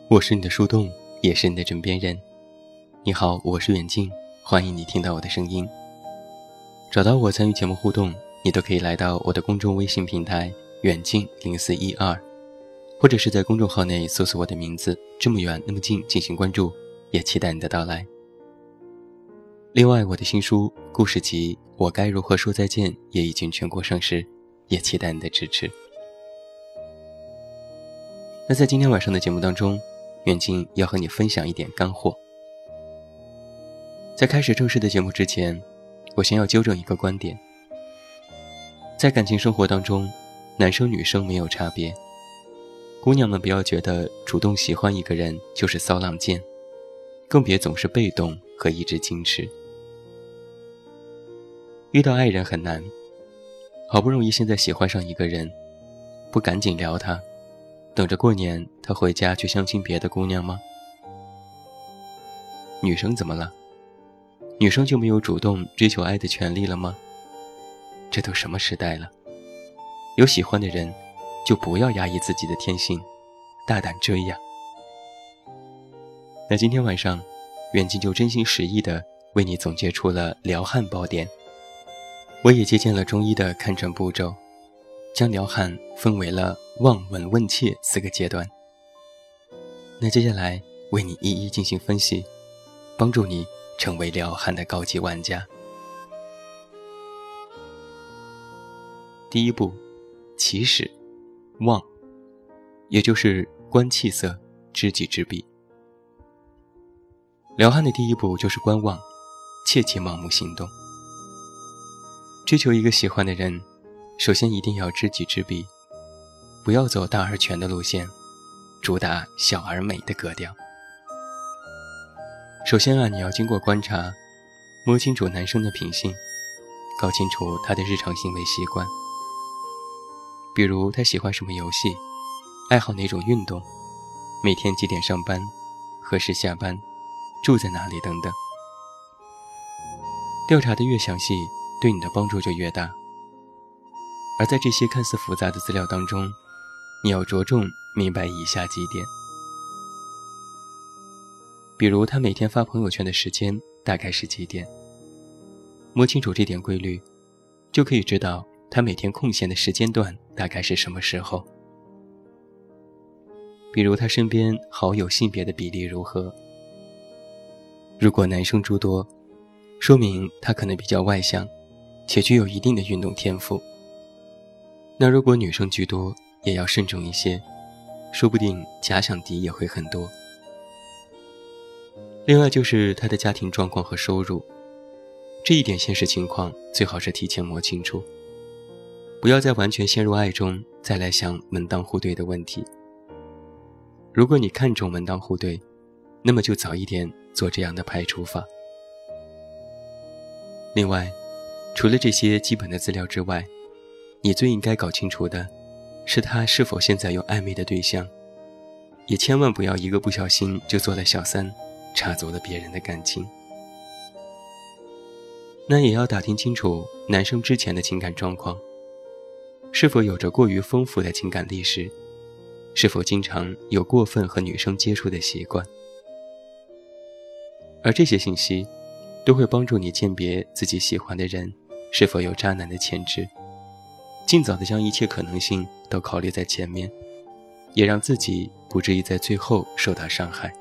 我是你的树洞，也是你的枕边人。你好，我是远近，欢迎你听到我的声音。找到我参与节目互动，你都可以来到我的公众微信平台远近0412，或者是在公众号内搜索我的名字这么远那么近进行关注，也期待你的到来。另外，我的新书故事集《我该如何说再见》也已经全国上市，也期待你的支持。那在今天晚上的节目当中，远近要和你分享一点干货。在开始正式的节目之前，我先要纠正一个观点。在感情生活当中，男生女生没有差别。姑娘们不要觉得主动喜欢一个人就是骚浪贱，更别总是被动和一直矜持。遇到爱人很难，好不容易现在喜欢上一个人，不赶紧撩他，等着过年他回家去相亲别的姑娘吗？女生怎么了？女生就没有主动追求爱的权利了吗？这都什么时代了，有喜欢的人就不要压抑自己的天性，大胆追呀。那今天晚上远近就真心实意地为你总结出了撩汉宝典。我也借鉴了中医的看诊步骤，将撩汉分为了望闻问切4个阶段。那接下来为你一一进行分析，帮助你成为撩汉的高级玩家。第一步，起始望，也就是观气色，知己知彼。撩汉的第一步就是观望，切忌盲目行动。追求一个喜欢的人，首先一定要知己知彼，不要走大而全的路线，主打小而美的格调。首先你要经过观察，摸清楚男生的品性，搞清楚他的日常行为习惯。比如他喜欢什么游戏，爱好哪种运动，每天几点上班，何时下班，住在哪里等等。调查的越详细，对你的帮助就越大。而在这些看似复杂的资料当中，你要着重明白以下几点。比如他每天发朋友圈的时间大概是几点，摸清楚这点规律，就可以知道他每天空闲的时间段大概是什么时候。比如他身边好友性别的比例如何，如果男生诸多，说明他可能比较外向，且具有一定的运动天赋。那如果女生居多，也要慎重一些，说不定假想敌也会很多。另外就是他的家庭状况和收入，这一点现实情况最好是提前摸清楚，不要在完全陷入爱中再来想门当户对的问题。如果你看重门当户对，那么就早一点做这样的排除法。另外，除了这些基本的资料之外，你最应该搞清楚的是他是否现在有暧昧的对象，也千万不要一个不小心就做了小三，插足了别人的感情。那也要打听清楚男生之前的情感状况，是否有着过于丰富的情感历史，是否经常有过分和女生接触的习惯。而这些信息都会帮助你鉴别自己喜欢的人是否有渣男的潜质，尽早的将一切可能性都考虑在前面，也让自己不至于在最后受到伤害。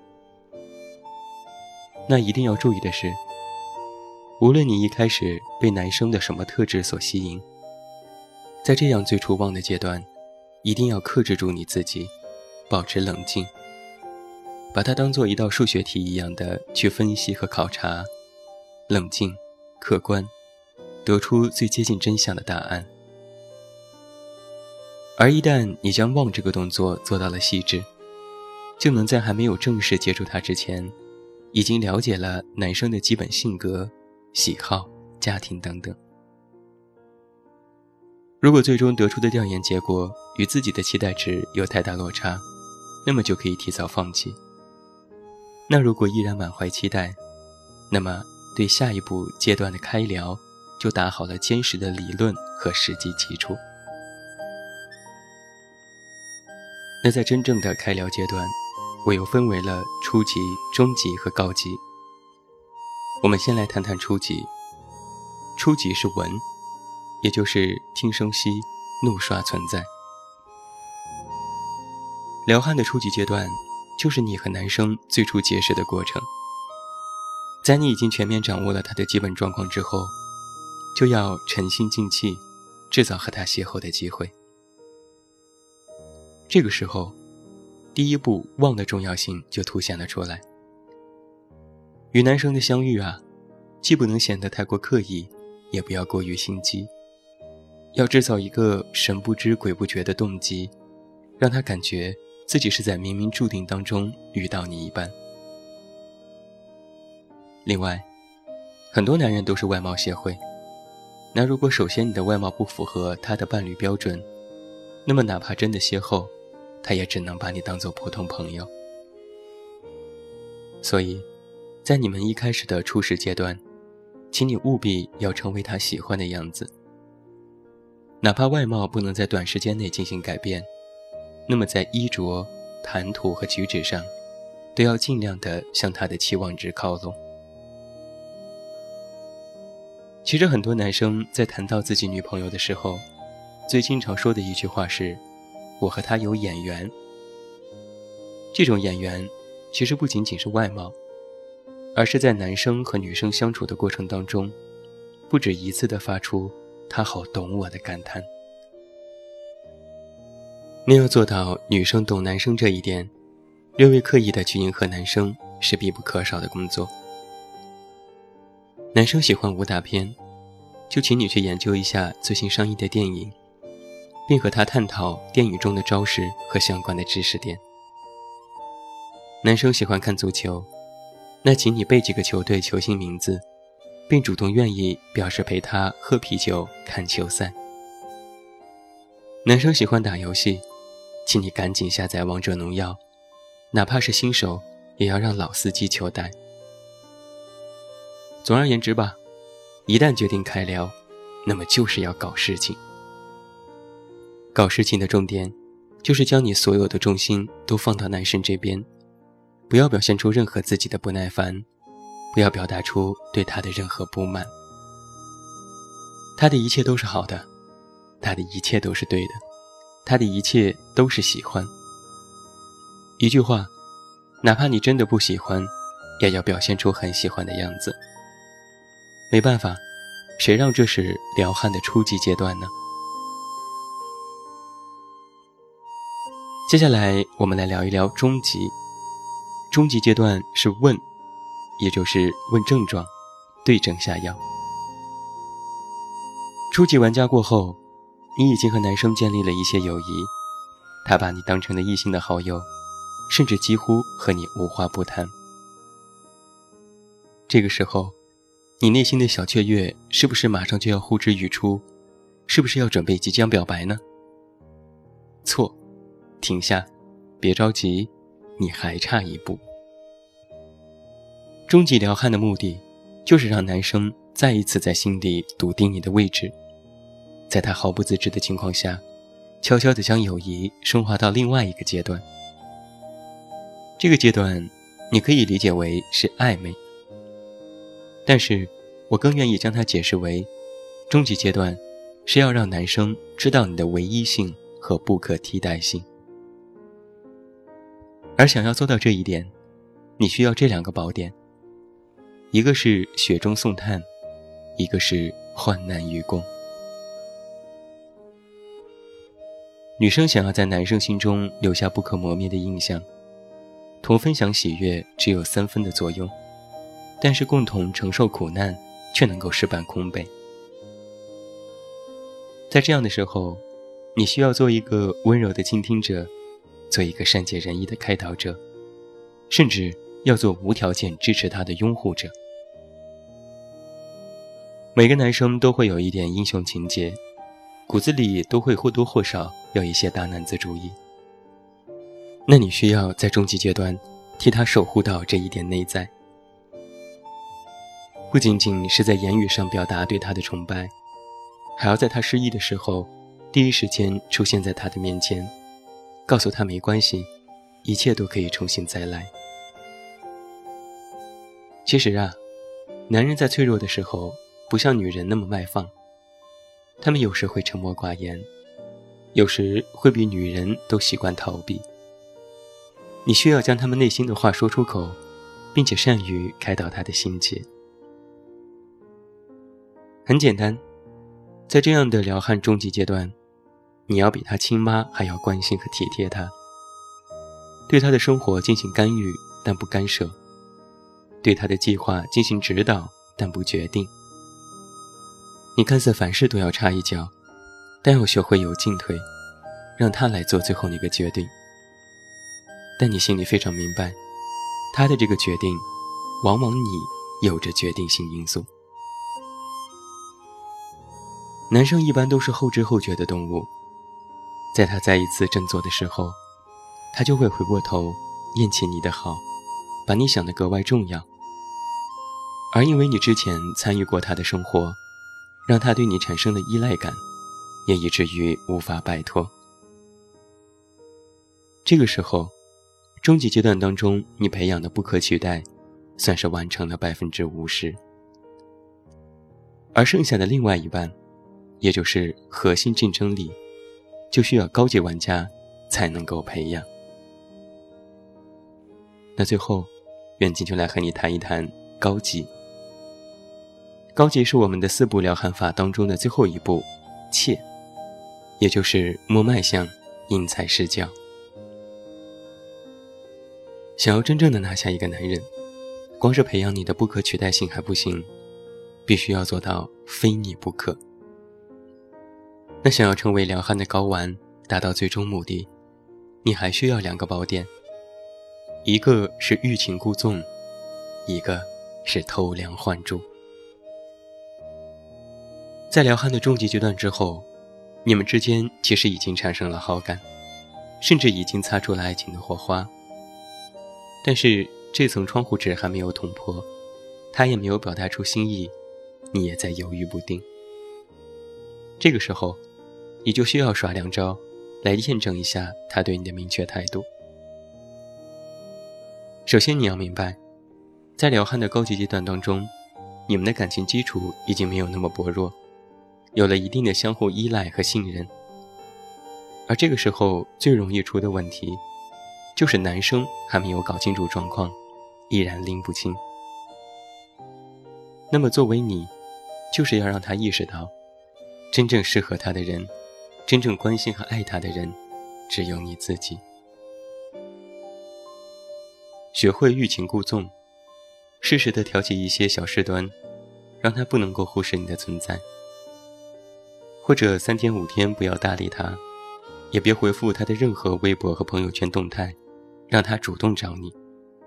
那一定要注意的是，无论你一开始被男生的什么特质所吸引，在这样最初望的阶段，一定要克制住你自己，保持冷静，把它当做一道数学题一样的去分析和考察，冷静客观，得出最接近真相的答案。而一旦你将望这个动作做到了细致，就能在还没有正式接触他之前，已经了解了男生的基本性格、喜好、家庭等等。如果最终得出的调研结果与自己的期待值有太大落差，那么就可以提早放弃。那如果依然满怀期待，那么对下一步阶段的开聊就打好了坚实的理论和实际基础。那在真正的开聊阶段， 我又分为了初级、中级和高级。我们先来谈谈初级。初级是闻，也就是听声息、怒刷存在。撩汉的初级阶段，就是你和男生最初结识的过程。在你已经全面掌握了他的基本状况之后，就要沉心静气，制造和他邂逅的机会。这个时候，第一步望的重要性就凸显了出来。与男生的相遇啊，既不能显得太过刻意，也不要过于心机，要制造一个神不知鬼不觉的动机，让他感觉自己是在冥冥注定当中遇到你一般。另外，很多男人都是外貌协会，那如果首先你的外貌不符合他的伴侣标准，那么哪怕真的邂逅，他也只能把你当作普通朋友。所以在你们一开始的初识阶段，请你务必要成为他喜欢的样子。哪怕外貌不能在短时间内进行改变，那么在衣着、谈吐和举止上，都要尽量的向他的期望值靠拢。其实很多男生在谈到自己女朋友的时候，最经常说的一句话是，我和她有眼缘。这种眼缘其实不仅仅是外貌，而是在男生和女生相处的过程当中，不止一次地发出她好懂我的感叹。没有做到女生懂男生这一点，略微刻意的去迎合男生是必不可少的工作。男生喜欢武打片，就请你去研究一下最新上映的电影，并和他探讨电影中的招式和相关的知识点。男生喜欢看足球，那请你背几个球队球星名字，并主动愿意表示陪他喝啤酒看球赛。男生喜欢打游戏，请你赶紧下载王者荣耀，哪怕是新手也要让老司机求带。总而言之吧，一旦决定开聊，那么就是要搞事情。搞事情的重点就是将你所有的重心都放到男生这边，不要表现出任何自己的不耐烦，不要表达出对他的任何不满。他的一切都是好的，他的一切都是对的，他的一切都是喜欢。一句话，哪怕你真的不喜欢，也要表现出很喜欢的样子。没办法，谁让这是撩汉的初级阶段呢？接下来我们来聊一聊中级。中级阶段是问，也就是问症状，对症下药。初级玩家过后，你已经和男生建立了一些友谊，他把你当成了异性的好友，甚至几乎和你无话不谈。这个时候，你内心的小雀跃是不是马上就要呼之欲出？是不是要准备即将表白呢？错，停下，别着急，你还差一步。终极撩汉的目的就是让男生再一次在心底笃定你的位置，在他毫不自知的情况下，悄悄地将友谊升华到另外一个阶段。这个阶段你可以理解为是暧昧，但是我更愿意将它解释为终极阶段是要让男生知道你的唯一性和不可替代性。而想要做到这一点，你需要这两个宝典，一个是雪中送炭，一个是患难与共。女生想要在男生心中留下不可磨灭的印象，同分享喜悦只有3分的作用，但是共同承受苦难却能够事半功倍。在这样的时候，你需要做一个温柔的倾听者，做一个善解人意的开导者，甚至要做无条件支持他的拥护者。每个男生都会有一点英雄情节，骨子里都会或多或少有一些大男子主义。那你需要在终极阶段替他守护到这一点内在，不仅仅是在言语上表达对他的崇拜，还要在他失意的时候第一时间出现在他的面前，告诉他没关系， 一切都可以重新再来。其实啊，男人在脆弱的时候不像女人那么外放，他们有时会沉默寡言，有时会比女人都习惯逃避。你需要将他们内心的话说出口，并且善于开导他的心结。很简单，在这样的撩汉终极阶段，你要比他亲妈还要关心和体贴他，对他的生活进行干预但不干涉，对他的计划进行指导但不决定。你看似凡事都要插一脚，但要学会有进退，让他来做最后那个决定。但你心里非常明白，他的这个决定往往你有着决定性因素。男生一般都是后知后觉的动物，在他再一次振作的时候，他就会回过头厌弃你的好，把你想得格外重要。而因为你之前参与过他的生活，让他对你产生了依赖感，也以至于无法摆脱。这个时候，终极阶段当中你培养的不可取代算是完成了50%，而剩下的另外一半，也就是核心竞争力，就需要高级玩家才能够培养。那最后，远近就来和你谈一谈高级。高级是我们的4步撩汉法当中的最后一步，切，也就是摸脉象，因材施教。想要真正的拿下一个男人，光是培养你的不可取代性还不行，必须要做到非你不可。那想要成为撩汉的睾丸，达到最终目的，你还需要2个宝典，一个是欲擒故纵，一个是偷梁换柱。在撩汉的终极阶段之后，你们之间其实已经产生了好感，甚至已经擦出了爱情的火花。但是这层窗户纸还没有捅破，他也没有表达出心意，你也在犹豫不定。这个时候，你就需要耍2招来验证一下他对你的明确态度。首先你要明白，在撩汉的高级阶段当中，你们的感情基础已经没有那么薄弱，有了一定的相互依赖和信任。而这个时候最容易出的问题，就是男生还没有搞清楚状况，依然拎不清。那么作为你，就是要让他意识到，真正适合他的人，真正关心和爱他的人，只有你自己。学会欲擒故纵，适时地挑起一些小事端，让他不能够忽视你的存在。或者3天5天不要搭理他，也别回复他的任何微博和朋友圈动态，让他主动找你。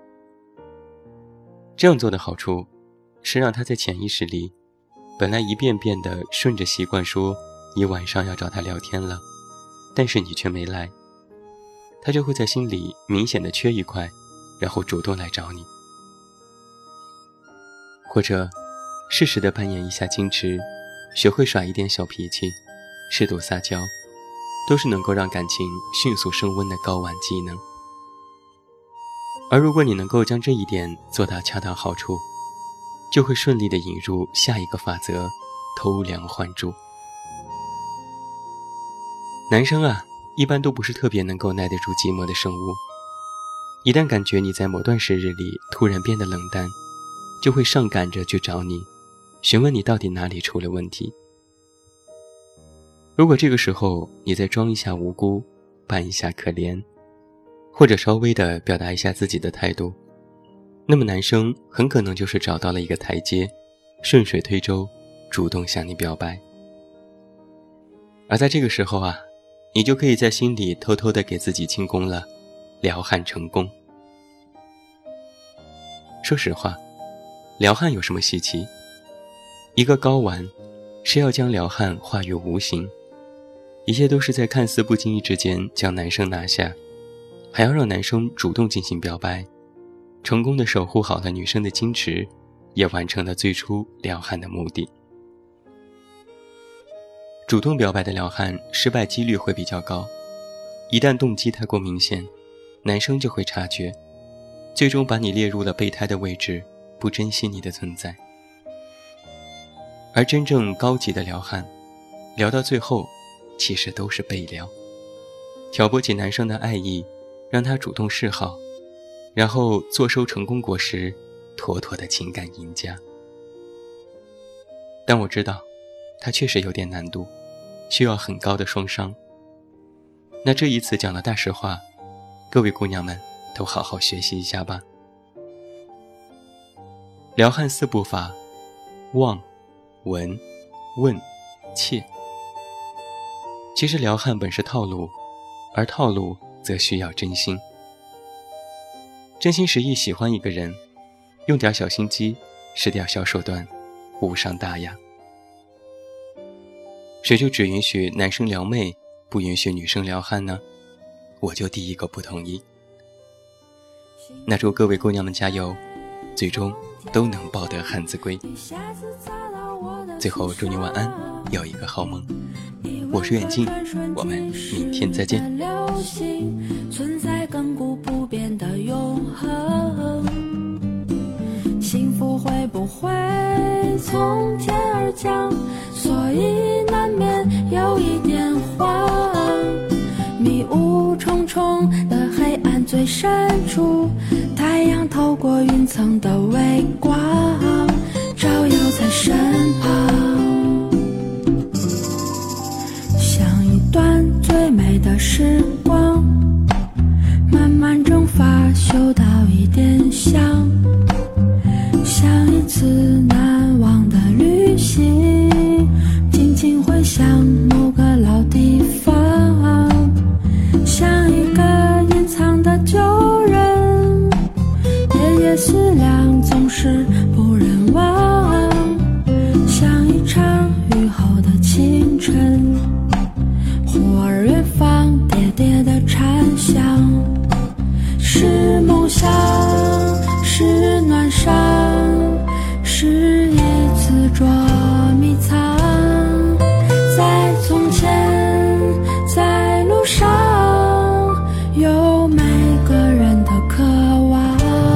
这样做的好处是让他在潜意识里，本来一遍遍地顺着习惯说你晚上要找他聊天了，但是你却没来，他就会在心里明显的缺一块，然后主动来找你。或者适时地扮演一下矜持，学会耍一点小脾气，适度撒娇，都是能够让感情迅速升温的睾丸技能。而如果你能够将这一点做到恰到好处，就会顺利地引入下一个法则，偷梁换柱。男生啊，一般都不是特别能够耐得住寂寞的生物，一旦感觉你在某段时日里突然变得冷淡，就会上赶着去找你，询问你到底哪里出了问题。如果这个时候你再装一下无辜，扮一下可怜，或者稍微的表达一下自己的态度，那么男生很可能就是找到了一个台阶，顺水推舟，主动向你表白。而在这个时候啊，你就可以在心里偷偷的给自己庆功了，撩汉成功。说实话，撩汉有什么稀奇？一个睾丸是要将撩汉化于无形，一切都是在看似不经意之间将男生拿下，还要让男生主动进行表白，成功的守护好了女生的矜持，也完成了最初撩汉的目的。主动表白的撩汉失败几率会比较高，一旦动机太过明显， 男生就会察觉，最终把你列入了备胎的位置，不珍惜你的存在。而真正高级的撩汉，聊到最后其实都是被撩，挑拨起男生的爱意，让他主动示好，然后坐收成功果实，妥妥的情感赢家。但我知道他确实有点难度，需要很高的双商。那这一次讲的大实话，各位姑娘们都好好学习一下吧。撩汉4步法：望、闻、问、切。其实撩汉本是套路，而套路则需要真心。真心实意喜欢一个人，用点小心机，失掉小手段，无伤大雅。谁就只允许男生撩妹，不允许女生撩汉呢？我就第一个不同意。那祝各位姑娘们加油，最终都能抱得汉子归。最后祝你晚安，有一个好梦。我是远近，我们明天再见。 存在亘古不变的永恒，幸福会不会从天而降？所以难免有一点慌。迷雾重重的黑暗最深处，太阳透过云层的微光，照耀在身旁，像一段最美的时光，慢慢蒸发，嗅到一点香，像一次难忘的旅行，静静回想某个老地方，像一个隐藏的旧人，夜夜思量总是不忍忘，像一场雨后的清晨，忽而远方喋喋的蝉响，是梦想，是暖伤，是一次捉迷藏，在从前，在路上，有每个人的渴望。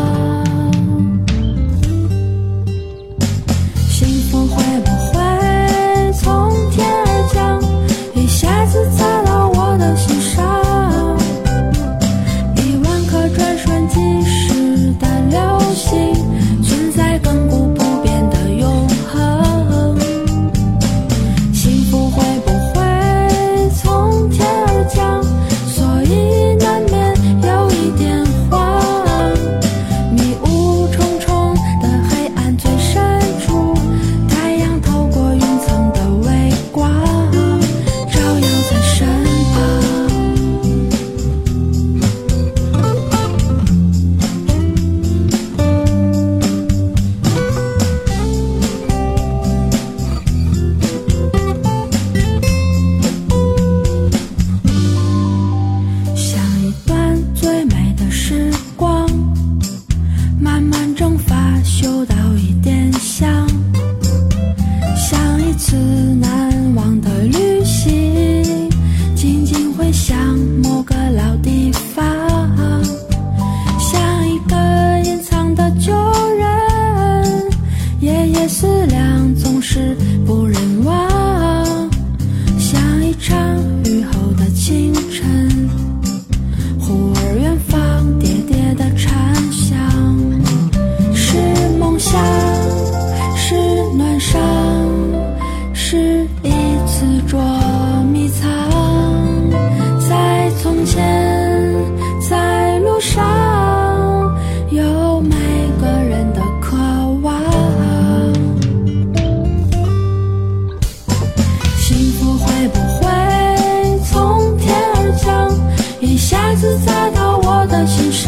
幸福会不会从天而降，一下子砸到我的心上？10000颗转瞬即逝的流星，存在亘古不变的永恒。幸福会不会从天而降？所以难免有一点慌。迷雾重重的黑暗最深处，太阳透过云层的微光，照耀在身旁。像一段最美的时光，慢慢蒸发，嗅到一点香，像一次难忘的旅行，静静回想某个老地方，像一个隐藏的旧人，夜夜思量总是不忍忘，像一场雨后的清晨，忽而远方喋喋的蝉响，是梦想，是暖伤，是一次捉迷藏，在从前，在路上，有每个人的渴望。幸福会不会从天而降，一下子砸到我的心上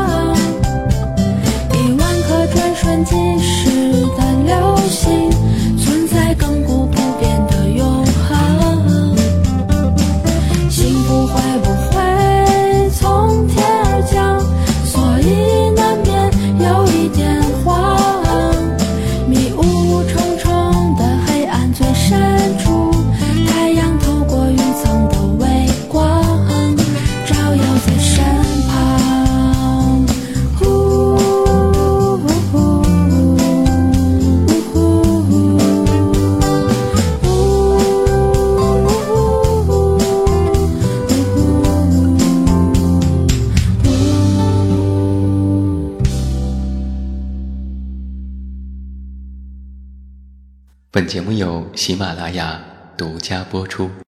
？10000颗转瞬即逝的流星，存在亘古不变的永恒。幸福会不会从天而降？所以难免有一点慌。迷雾重重的黑暗最深处，太阳透过云层的微光，照耀在身旁。 本节目由喜马拉雅独家播出。